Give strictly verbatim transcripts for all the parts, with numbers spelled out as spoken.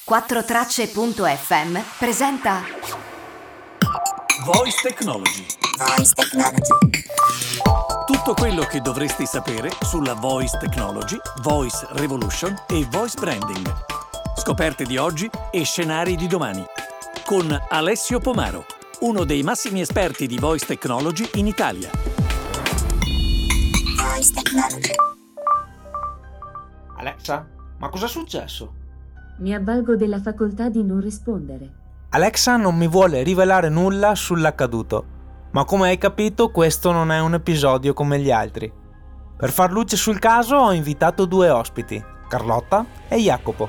quattro tracce punto effe emme presenta Voice Technology. Voice Technology. Tutto quello che dovresti sapere sulla Voice Technology, Voice Revolution e Voice Branding. Scoperte di oggi e scenari di domani. Con Alessio Pomaro, uno dei massimi esperti di Voice Technology in Italia. Voice Technology. Alexa, ma cosa è successo? Mi avvalgo della facoltà di non rispondere. Alexa non mi vuole rivelare nulla sull'accaduto, ma come hai capito questo non è un episodio come gli altri. Per far luce sul caso ho invitato due ospiti, Carlotta e Jacopo.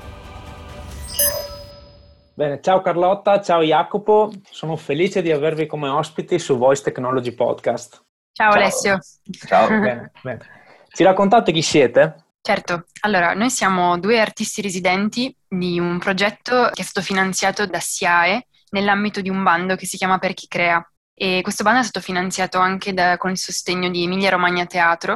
Bene, ciao Carlotta, ciao Jacopo, sono felice di avervi come ospiti su Voice Technology Podcast. Ciao, ciao Alessio. Ciao. Bene, bene. Ci raccontate chi siete? Certo, allora noi siamo due artisti residenti di un progetto che è stato finanziato da S I A E nell'ambito di un bando che si chiama Per chi crea, e questo bando è stato finanziato anche da, con il sostegno di Emilia Romagna Teatro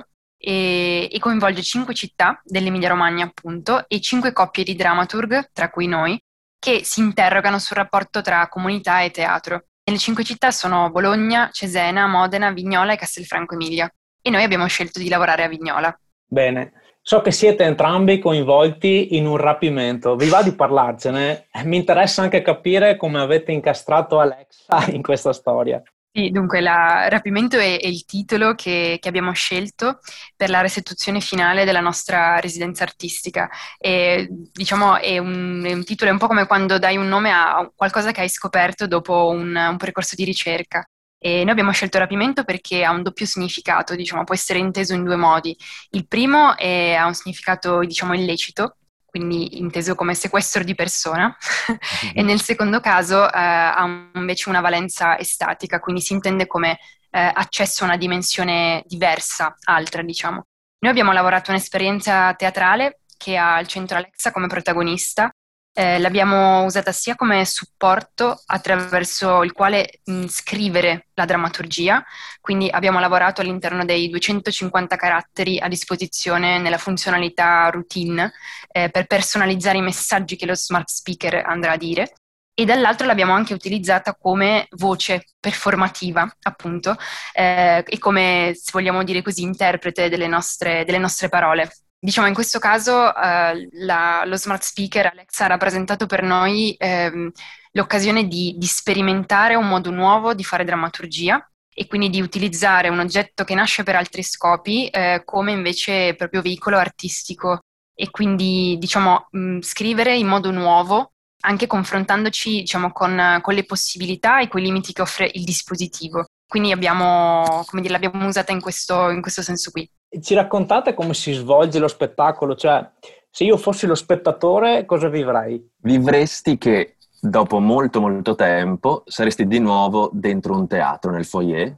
e, e coinvolge cinque città dell'Emilia Romagna appunto e cinque coppie di dramaturg, tra cui noi, che si interrogano sul rapporto tra comunità e teatro. E le cinque città sono Bologna, Cesena, Modena, Vignola e Castelfranco Emilia, e noi abbiamo scelto di lavorare a Vignola. Bene. So che siete entrambi coinvolti in un rapimento, vi va di parlarcene? Mi interessa anche capire come avete incastrato Alexa in questa storia. Sì, dunque, il rapimento è, è il titolo che, che abbiamo scelto per la restituzione finale della nostra residenza artistica. E, diciamo, è un, è un titolo, è un po' come quando dai un nome a qualcosa che hai scoperto dopo un, un percorso di ricerca. E noi abbiamo scelto rapimento perché ha un doppio significato, diciamo, può essere inteso in due modi. Il primo è, ha un significato, diciamo, illecito, quindi inteso come sequestro di persona, mm-hmm. E nel secondo caso eh, ha invece una valenza estatica, quindi si intende come eh, accesso a una dimensione diversa, altra, diciamo. Noi abbiamo lavorato un'esperienza teatrale che ha al centro Alexa come protagonista. Eh, l'abbiamo usata sia come supporto attraverso il quale mh, scrivere la drammaturgia, quindi abbiamo lavorato all'interno dei duecentocinquanta caratteri a disposizione nella funzionalità routine eh, per personalizzare i messaggi che lo smart speaker andrà a dire, e dall'altro l'abbiamo anche utilizzata come voce performativa, appunto, eh, e come, se vogliamo dire così, interprete delle nostre, delle nostre parole. Diciamo, in questo caso eh, la, lo smart speaker Alexa ha rappresentato per noi ehm, l'occasione di, di sperimentare un modo nuovo di fare drammaturgia e quindi di utilizzare un oggetto che nasce per altri scopi eh, come invece proprio veicolo artistico, e quindi, diciamo, mh, scrivere in modo nuovo, anche confrontandoci, diciamo, con, con le possibilità e quei limiti che offre il dispositivo. Quindi abbiamo, come dire, l'abbiamo usata in questo, in questo senso qui. Ci raccontate come si svolge lo spettacolo? Cioè, se io fossi lo spettatore, cosa vivrei? Vivresti che dopo molto molto tempo saresti di nuovo dentro un teatro nel foyer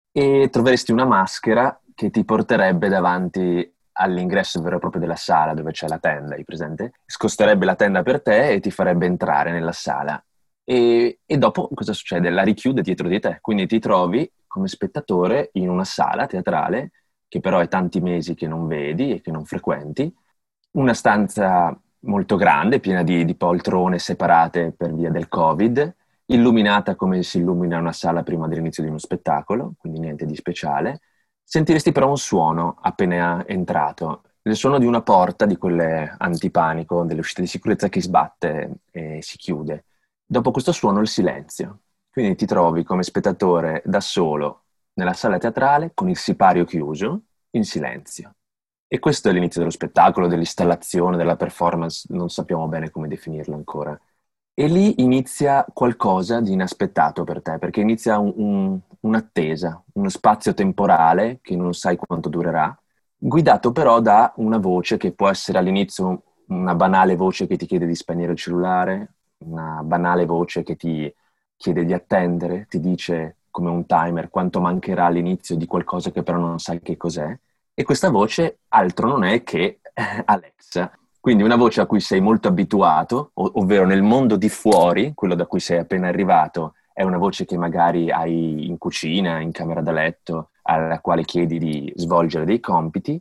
e troveresti una maschera che ti porterebbe davanti all'ingresso vero e proprio della sala dove c'è la tenda, hai presente? Scosterebbe la tenda per te e ti farebbe entrare nella sala. E, e dopo cosa succede? La richiude dietro di te, quindi ti trovi come spettatore in una sala teatrale che però è tanti mesi che non vedi e che non frequenti, una stanza molto grande, piena di, di poltrone separate per via del Covid, illuminata come si illumina una sala prima dell'inizio di uno spettacolo, quindi niente di speciale. Sentiresti però un suono appena entrato, il suono di una porta, di quelle antipanico, delle uscite di sicurezza che sbatte e si chiude. Dopo questo suono il silenzio, quindi ti trovi come spettatore da solo nella sala teatrale con il sipario chiuso, in silenzio. E questo è l'inizio dello spettacolo, dell'installazione, della performance, non sappiamo bene come definirlo ancora. E lì inizia qualcosa di inaspettato per te, perché inizia un, un, un'attesa, uno spazio temporale che non sai quanto durerà, guidato però da una voce che può essere all'inizio una banale voce che ti chiede di spegnere il cellulare, una banale voce che ti chiede di attendere, ti dice come un timer quanto mancherà all'inizio di qualcosa che però non sai che cos'è, e questa voce altro non è che Alexa. Quindi una voce a cui sei molto abituato, ov- ovvero nel mondo di fuori, quello da cui sei appena arrivato, è una voce che magari hai in cucina, in camera da letto, alla quale chiedi di svolgere dei compiti,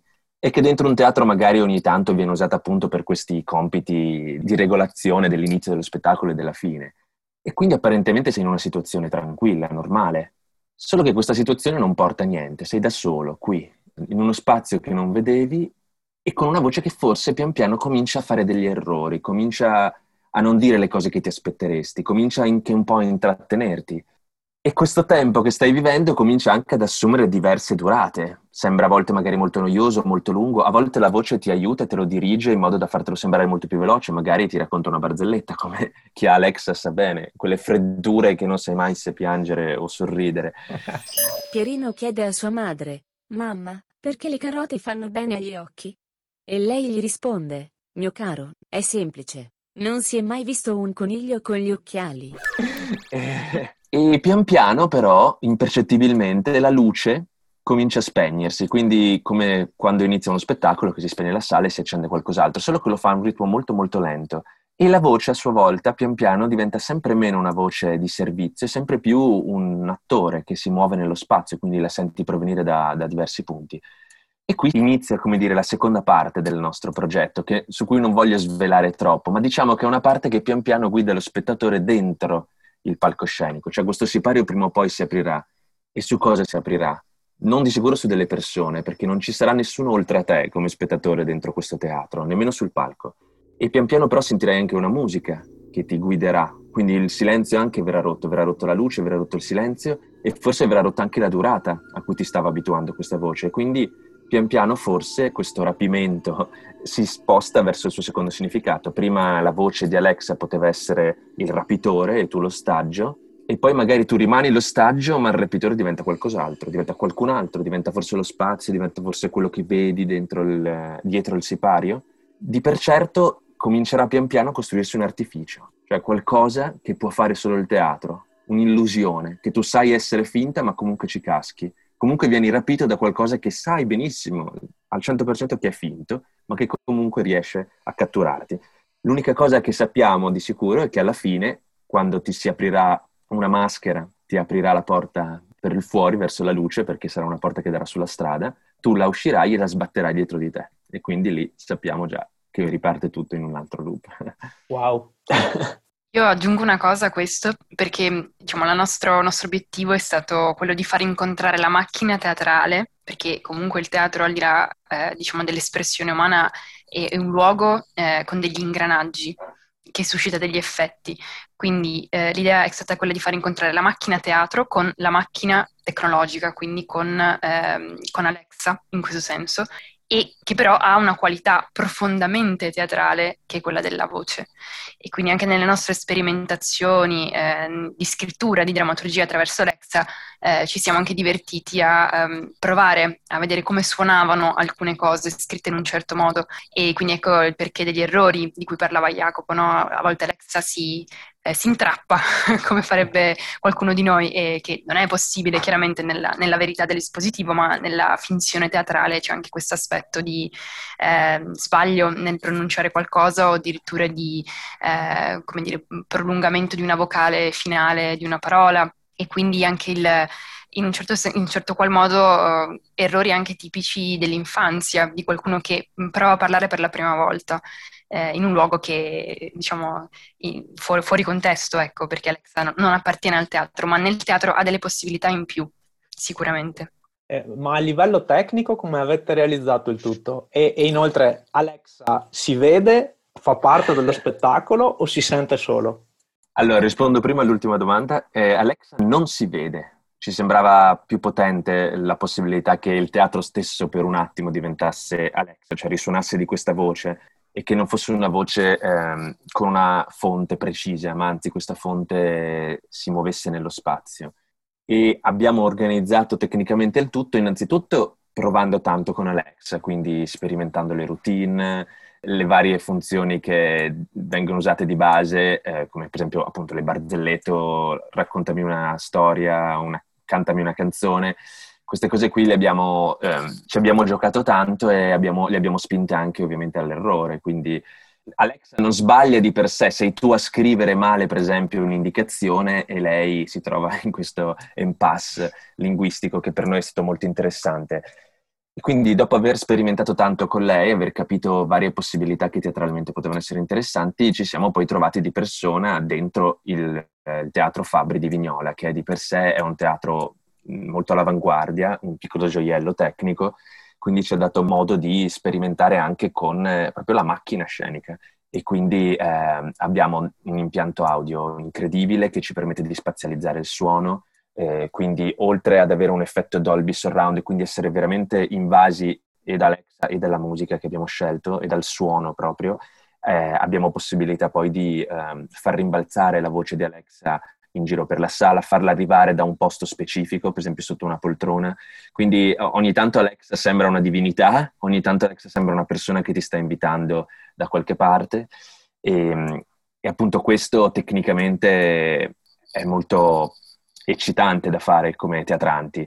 e che dentro un teatro magari ogni tanto viene usata appunto per questi compiti di regolazione dell'inizio dello spettacolo e della fine. E quindi apparentemente sei in una situazione tranquilla, normale. Solo che questa situazione non porta a niente, sei da solo, qui, in uno spazio che non vedevi e con una voce che forse pian piano comincia a fare degli errori, comincia a non dire le cose che ti aspetteresti, comincia anche un po' a intrattenerti. E questo tempo che stai vivendo comincia anche ad assumere diverse durate. Sembra a volte magari molto noioso, molto lungo, a volte la voce ti aiuta e te lo dirige in modo da fartelo sembrare molto più veloce, magari ti racconta una barzelletta, come chi ha Alexa sa bene, quelle freddure che non sai mai se piangere o sorridere. Pierino chiede a sua madre: mamma, perché le carote fanno bene agli occhi? E lei gli risponde: mio caro, è semplice. Non si è mai visto un coniglio con gli occhiali. E, e pian piano però, impercettibilmente, la luce comincia a spegnersi, quindi come quando inizia uno spettacolo che si spegne la sala e si accende qualcos'altro, solo che lo fa a un ritmo molto molto lento. E la voce a sua volta pian piano diventa sempre meno una voce di servizio e sempre più un attore che si muove nello spazio, quindi la senti provenire da, da diversi punti. E qui inizia, come dire, la seconda parte del nostro progetto, che, su cui non voglio svelare troppo, ma diciamo che è una parte che pian piano guida lo spettatore dentro il palcoscenico, cioè questo sipario prima o poi si aprirà. E su cosa si aprirà? Non di sicuro su delle persone, perché non ci sarà nessuno oltre a te come spettatore dentro questo teatro, nemmeno sul palco. E pian piano però sentirai anche una musica che ti guiderà, quindi il silenzio anche verrà rotto, verrà rotto la luce, verrà rotto il silenzio e forse verrà rotta anche la durata a cui ti stava abituando questa voce. Quindi pian piano forse questo rapimento si sposta verso il suo secondo significato. Prima la voce di Alexa poteva essere il rapitore e tu l'ostaggio, e poi magari tu rimani l'ostaggio ma il rapitore diventa qualcos'altro, diventa qualcun altro, diventa forse lo spazio, diventa forse quello che vedi dentro il, dietro il sipario. Di per certo comincerà pian piano a costruirsi un artificio, cioè qualcosa che può fare solo il teatro, un'illusione, che tu sai essere finta ma comunque ci caschi. Comunque vieni rapito da qualcosa che sai benissimo al cento per cento che è finto, ma che comunque riesce a catturarti. L'unica cosa che sappiamo di sicuro è che alla fine, quando ti si aprirà una maschera, ti aprirà la porta per il fuori, verso la luce, perché sarà una porta che darà sulla strada, tu la uscirai e la sbatterai dietro di te. E quindi lì sappiamo già che riparte tutto in un altro loop. Wow. Io aggiungo una cosa a questo, perché diciamo, il nostro, nostro obiettivo è stato quello di far incontrare la macchina teatrale, perché comunque il teatro, al di là eh, diciamo, dell'espressione umana, è, è un luogo eh, con degli ingranaggi che suscita degli effetti. Quindi eh, l'idea è stata quella di far incontrare la macchina teatro con la macchina tecnologica, quindi con, ehm, con Alexa in questo senso, e che però ha una qualità profondamente teatrale che è quella della voce. E quindi anche nelle nostre sperimentazioni eh, di scrittura, di drammaturgia attraverso Alexa, eh, ci siamo anche divertiti a um, provare a vedere come suonavano alcune cose scritte in un certo modo, e quindi ecco il perché degli errori di cui parlava Jacopo, no? A volte Alexa si... Eh, si intrappa, come farebbe qualcuno di noi, e che non è possibile chiaramente nella, nella verità del dispositivo, ma nella finzione teatrale c'è anche questo aspetto di eh, sbaglio nel pronunciare qualcosa, o addirittura di eh, come dire, prolungamento di una vocale finale di una parola, e quindi anche il in un certo, in un certo qual modo uh, errori anche tipici dell'infanzia, di qualcuno che prova a parlare per la prima volta eh, in un luogo che, diciamo, in, fuori, fuori contesto, ecco, perché Alexa non, non appartiene al teatro, ma nel teatro ha delle possibilità in più, sicuramente. Eh, ma a livello tecnico come avete realizzato il tutto? E, e inoltre Alexa si vede, fa parte dello spettacolo o si sente solo? Allora, rispondo prima all'ultima domanda. Eh, Alexa non si vede. Ci sembrava più potente la possibilità che il teatro stesso per un attimo diventasse Alexa, cioè risuonasse di questa voce, e che non fosse una voce ehm, con una fonte precisa, ma anzi questa fonte si muovesse nello spazio. E abbiamo organizzato tecnicamente il tutto, innanzitutto provando tanto con Alexa, quindi sperimentando le routine, le varie funzioni che vengono usate di base, eh, come per esempio appunto le barzellette o raccontami una storia, una, cantami una canzone. Queste cose qui le abbiamo, eh, ci abbiamo giocato tanto e abbiamo, le abbiamo spinte anche ovviamente all'errore, quindi Alexa non sbaglia di per sé, sei tu a scrivere male per esempio un'indicazione e lei si trova in questo impasse linguistico che per noi è stato molto interessante. Quindi dopo aver sperimentato tanto con lei, aver capito varie possibilità che teatralmente potevano essere interessanti, ci siamo poi trovati di persona dentro il, eh, il Teatro Fabbri di Vignola, che di per sé è un teatro molto all'avanguardia, un piccolo gioiello tecnico, quindi ci ha dato modo di sperimentare anche con eh, proprio la macchina scenica. E quindi eh, abbiamo un impianto audio incredibile che ci permette di spazializzare il suono. Eh, quindi oltre ad avere un effetto Dolby Surround e quindi essere veramente invasi e da Alexa e dalla musica che abbiamo scelto e dal suono proprio, eh, abbiamo possibilità poi di eh, far rimbalzare la voce di Alexa in giro per la sala, farla arrivare da un posto specifico, per esempio sotto una poltrona. Quindi ogni tanto Alexa sembra una divinità, ogni tanto Alexa sembra una persona che ti sta invitando da qualche parte e, e appunto questo tecnicamente è molto eccitante da fare come teatranti,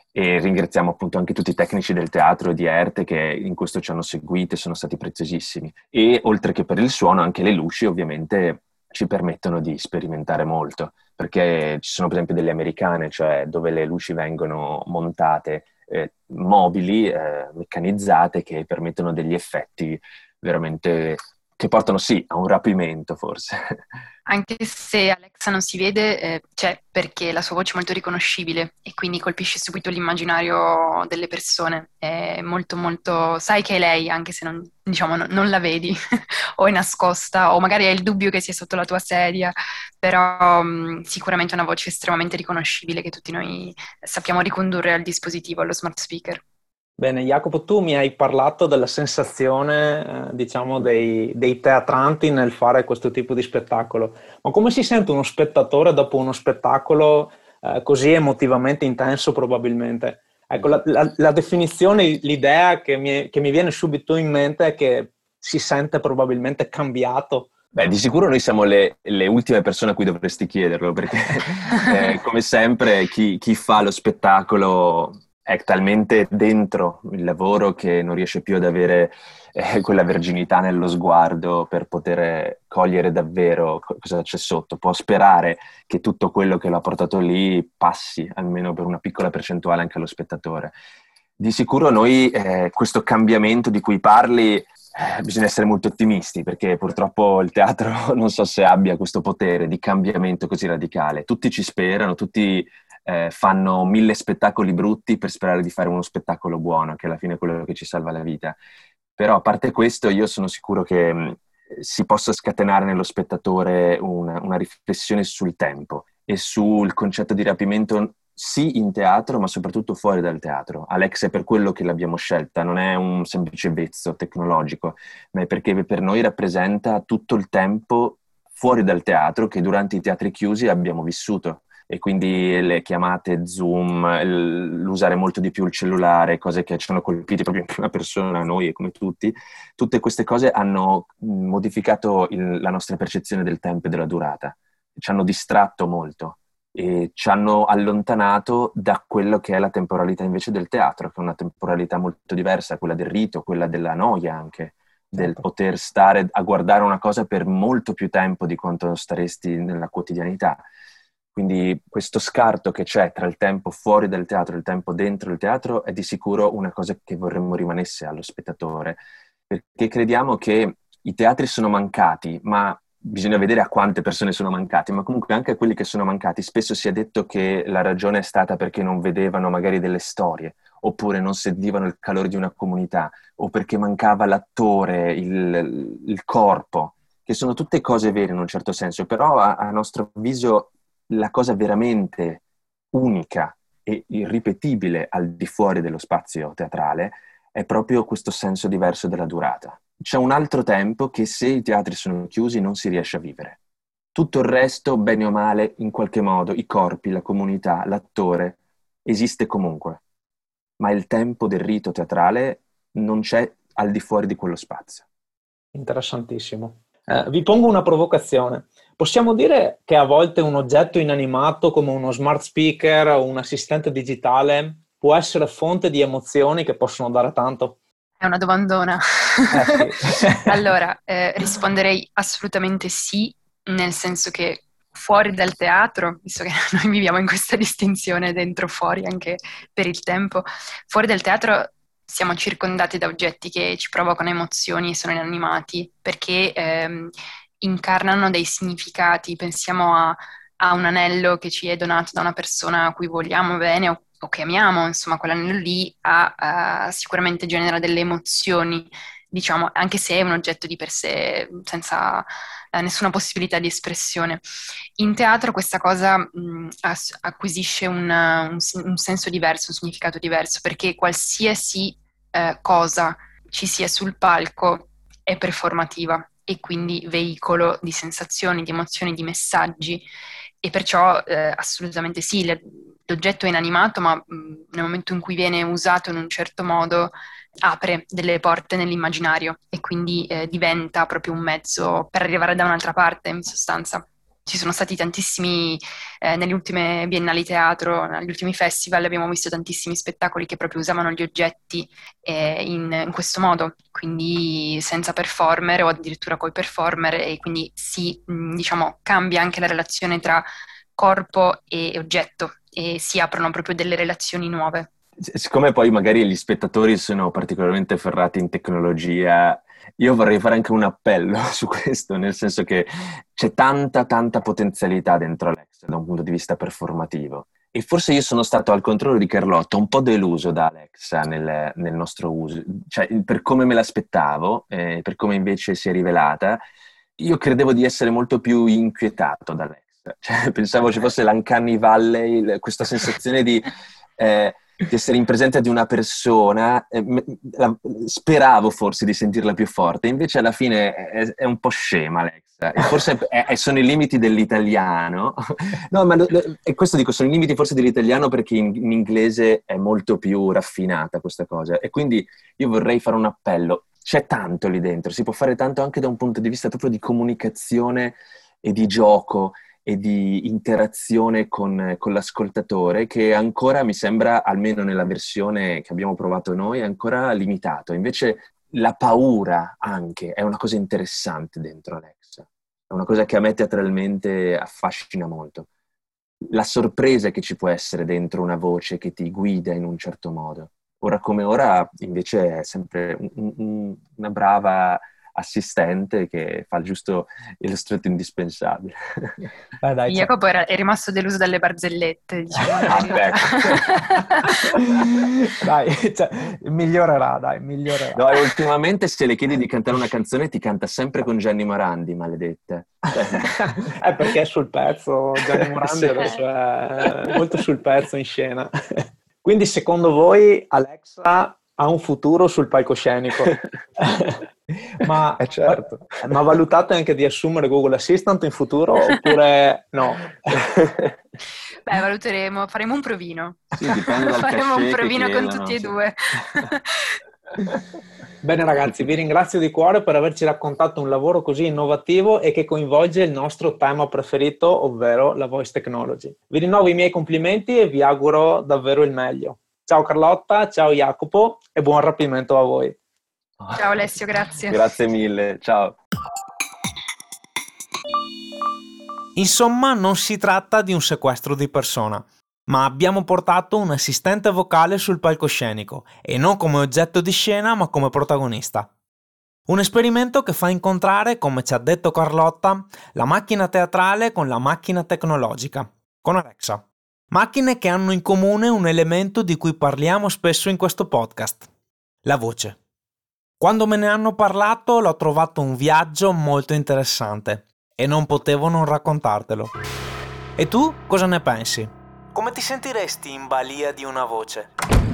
e ringraziamo appunto anche tutti i tecnici del teatro e di Erte che in questo ci hanno seguito e sono stati preziosissimi. E oltre che per il suono, anche le luci ovviamente ci permettono di sperimentare molto, perché ci sono per esempio delle americane, cioè dove le luci vengono montate eh, mobili, eh, meccanizzate, che permettono degli effetti veramente che portano sì a un rapimento forse. Anche se Alexa non si vede, eh, c'è perché la sua voce è molto riconoscibile e quindi colpisce subito l'immaginario delle persone. È molto molto... sai che è lei, anche se non, diciamo, non, non la vedi o è nascosta o magari hai il dubbio che sia sotto la tua sedia, però mh, sicuramente è una voce estremamente riconoscibile che tutti noi sappiamo ricondurre al dispositivo, allo smart speaker. Bene, Jacopo, tu mi hai parlato della sensazione, eh, diciamo, dei, dei teatranti nel fare questo tipo di spettacolo. Ma come si sente uno spettatore dopo uno spettacolo eh, così emotivamente intenso, probabilmente? Ecco, la, la, la definizione, l'idea che mi, che mi viene subito in mente è che si sente probabilmente cambiato. Beh, di sicuro noi siamo le, le ultime persone a cui dovresti chiederlo, perché eh, come sempre chi, chi fa lo spettacolo è talmente dentro il lavoro che non riesce più ad avere eh, quella verginità nello sguardo per poter cogliere davvero cosa c'è sotto. Può sperare che tutto quello che l'ha portato lì passi, almeno per una piccola percentuale, anche allo spettatore. Di sicuro noi, eh, questo cambiamento di cui parli, eh, bisogna essere molto ottimisti, perché purtroppo il teatro non so se abbia questo potere di cambiamento così radicale. Tutti ci sperano, tutti... Eh, fanno mille spettacoli brutti per sperare di fare uno spettacolo buono, che alla fine è quello che ci salva la vita. Però a parte questo io sono sicuro che mh, si possa scatenare nello spettatore una, una riflessione sul tempo e sul concetto di rapimento sì in teatro, ma soprattutto fuori dal teatro. Alexa è per quello che l'abbiamo scelta, non è un semplice vezzo tecnologico, ma è perché per noi rappresenta tutto il tempo fuori dal teatro che durante i teatri chiusi abbiamo vissuto. E quindi le chiamate Zoom, l'usare molto di più il cellulare, cose che ci hanno colpiti proprio in prima persona, noi e come tutti, tutte queste cose hanno modificato il, la nostra percezione del tempo e della durata, ci hanno distratto molto e ci hanno allontanato da quello che è la temporalità invece del teatro, che è una temporalità molto diversa, quella del rito, quella della noia anche, del poter stare a guardare una cosa per molto più tempo di quanto staresti nella quotidianità. Quindi questo scarto che c'è tra il tempo fuori dal teatro e il tempo dentro il teatro è di sicuro una cosa che vorremmo rimanesse allo spettatore, perché crediamo che i teatri sono mancati, ma bisogna vedere a quante persone sono mancati, ma comunque anche a quelli che sono mancati spesso si è detto che la ragione è stata perché non vedevano magari delle storie, oppure non sentivano il calore di una comunità, o perché mancava l'attore, il, il corpo, che sono tutte cose vere in un certo senso, però a, a nostro avviso la cosa veramente unica e irripetibile al di fuori dello spazio teatrale è proprio questo senso diverso della durata. C'è un altro tempo che se i teatri sono chiusi non si riesce a vivere. Tutto il resto, bene o male, in qualche modo, i corpi, la comunità, l'attore, esiste comunque. Ma il tempo del rito teatrale non c'è al di fuori di quello spazio. Interessantissimo. Eh, vi pongo una provocazione. Possiamo dire che a volte un oggetto inanimato come uno smart speaker o un assistente digitale può essere fonte di emozioni che possono dare tanto? È una domandona. Eh, sì. Allora, eh, risponderei assolutamente sì, nel senso che fuori dal teatro, visto che noi viviamo in questa distinzione dentro-fuori anche per il tempo, fuori dal teatro siamo circondati da oggetti che ci provocano emozioni e sono inanimati, perché ehm, incarnano dei significati. Pensiamo a, a un anello che ci è donato da una persona a cui vogliamo bene o, o che amiamo, insomma, quell'anello lì ha, ha- sicuramente genera delle emozioni, diciamo, anche se è un oggetto di per sé, senza eh, nessuna possibilità di espressione. In teatro questa cosa mh, as- acquisisce un, un s- un senso diverso, un significato diverso, perché qualsiasi eh, cosa ci sia sul palco è performativa e quindi veicolo di sensazioni, di emozioni, di messaggi, e perciò eh, assolutamente sì, le- l'oggetto è inanimato, ma mh, nel momento in cui viene usato in un certo modo apre delle porte nell'immaginario e quindi eh, diventa proprio un mezzo per arrivare da un'altra parte, in sostanza. Ci sono stati tantissimi, eh, nelle ultime biennali teatro, negli ultimi festival, abbiamo visto tantissimi spettacoli che proprio usavano gli oggetti eh, in, in questo modo, quindi senza performer o addirittura coi performer, e quindi si, mh, diciamo, cambia anche la relazione tra corpo e oggetto e si aprono proprio delle relazioni nuove. Siccome poi magari gli spettatori sono particolarmente ferrati in tecnologia, io vorrei fare anche un appello su questo, nel senso che c'è tanta, tanta potenzialità dentro Alexa da un punto di vista performativo. E forse io sono stato, al contrario di Carlotta, un po' deluso da Alexa nel, nel nostro uso. Cioè, per come me l'aspettavo, eh, per come invece si è rivelata, io credevo di essere molto più inquietato da Alexa. Cioè, pensavo ci fosse l'Uncanny Valley, questa sensazione di... Eh, di essere in presenza di una persona, eh, la, speravo forse di sentirla più forte, invece alla fine è, è un po' scema Alexa, e forse è, è, sono i limiti dell'italiano, no, ma lo, lo, e questo dico, sono i limiti forse dell'italiano perché in, in inglese è molto più raffinata questa cosa, e quindi io vorrei fare un appello, c'è tanto lì dentro, si può fare tanto anche da un punto di vista proprio di comunicazione e di gioco, e di interazione con, con l'ascoltatore, che ancora mi sembra, almeno nella versione che abbiamo provato noi, è ancora limitato. Invece la paura anche è una cosa interessante dentro Alexa, è una cosa che a me teatralmente affascina molto. La sorpresa che ci può essere dentro una voce che ti guida in un certo modo. Ora come ora invece è sempre un, un, una brava assistente che fa il giusto e lo stretto indispensabile. Beh, dai, c'è- Jacopo era, è rimasto deluso dalle barzellette, diciamo. Ah, ecco. dai, cioè, migliorerà, dai, migliorerà. No, e ultimamente se le chiedi di cantare una canzone ti canta sempre con Gianni Morandi, maledetta. È perché è sul pezzo, Gianni Morandi Sì. adesso è molto sul pezzo in scena. Quindi secondo voi Alexa ha un futuro sul palcoscenico? ma, Eh, certo. ma valutate anche di assumere Google Assistant in futuro oppure no? Beh, valuteremo, faremo un provino. Sì, dipende dal faremo cachet un che provino con chiedono, tutti e sì. due. Bene ragazzi, vi ringrazio di cuore per averci raccontato un lavoro così innovativo e che coinvolge il nostro tema preferito, ovvero la voice technology. Vi rinnovo i miei complimenti e vi auguro davvero il meglio. Ciao Carlotta, ciao Jacopo e buon rapimento a voi. Ciao Alessio, grazie. Grazie mille, ciao. Insomma, non si tratta di un sequestro di persona, ma abbiamo portato un assistente vocale sul palcoscenico e non come oggetto di scena ma come protagonista. Un esperimento che fa incontrare, come ci ha detto Carlotta, la macchina teatrale con la macchina tecnologica, con Alexa. Macchine che hanno in comune un elemento di cui parliamo spesso in questo podcast, la voce. Quando me ne hanno parlato l'ho trovato un viaggio molto interessante e non potevo non raccontartelo. E tu cosa ne pensi? Come ti sentiresti in balia di una voce?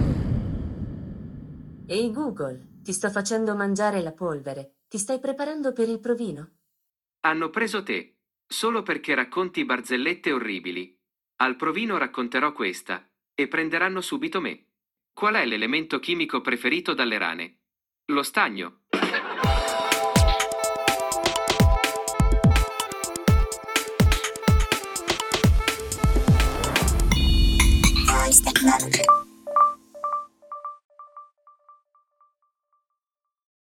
Ehi Google, ti sto facendo mangiare la polvere. Ti stai preparando per il provino? Hanno preso te, solo perché racconti barzellette orribili. Al provino racconterò questa, e prenderanno subito me. Qual è l'elemento chimico preferito dalle rane? Lo stagno. Voice technology.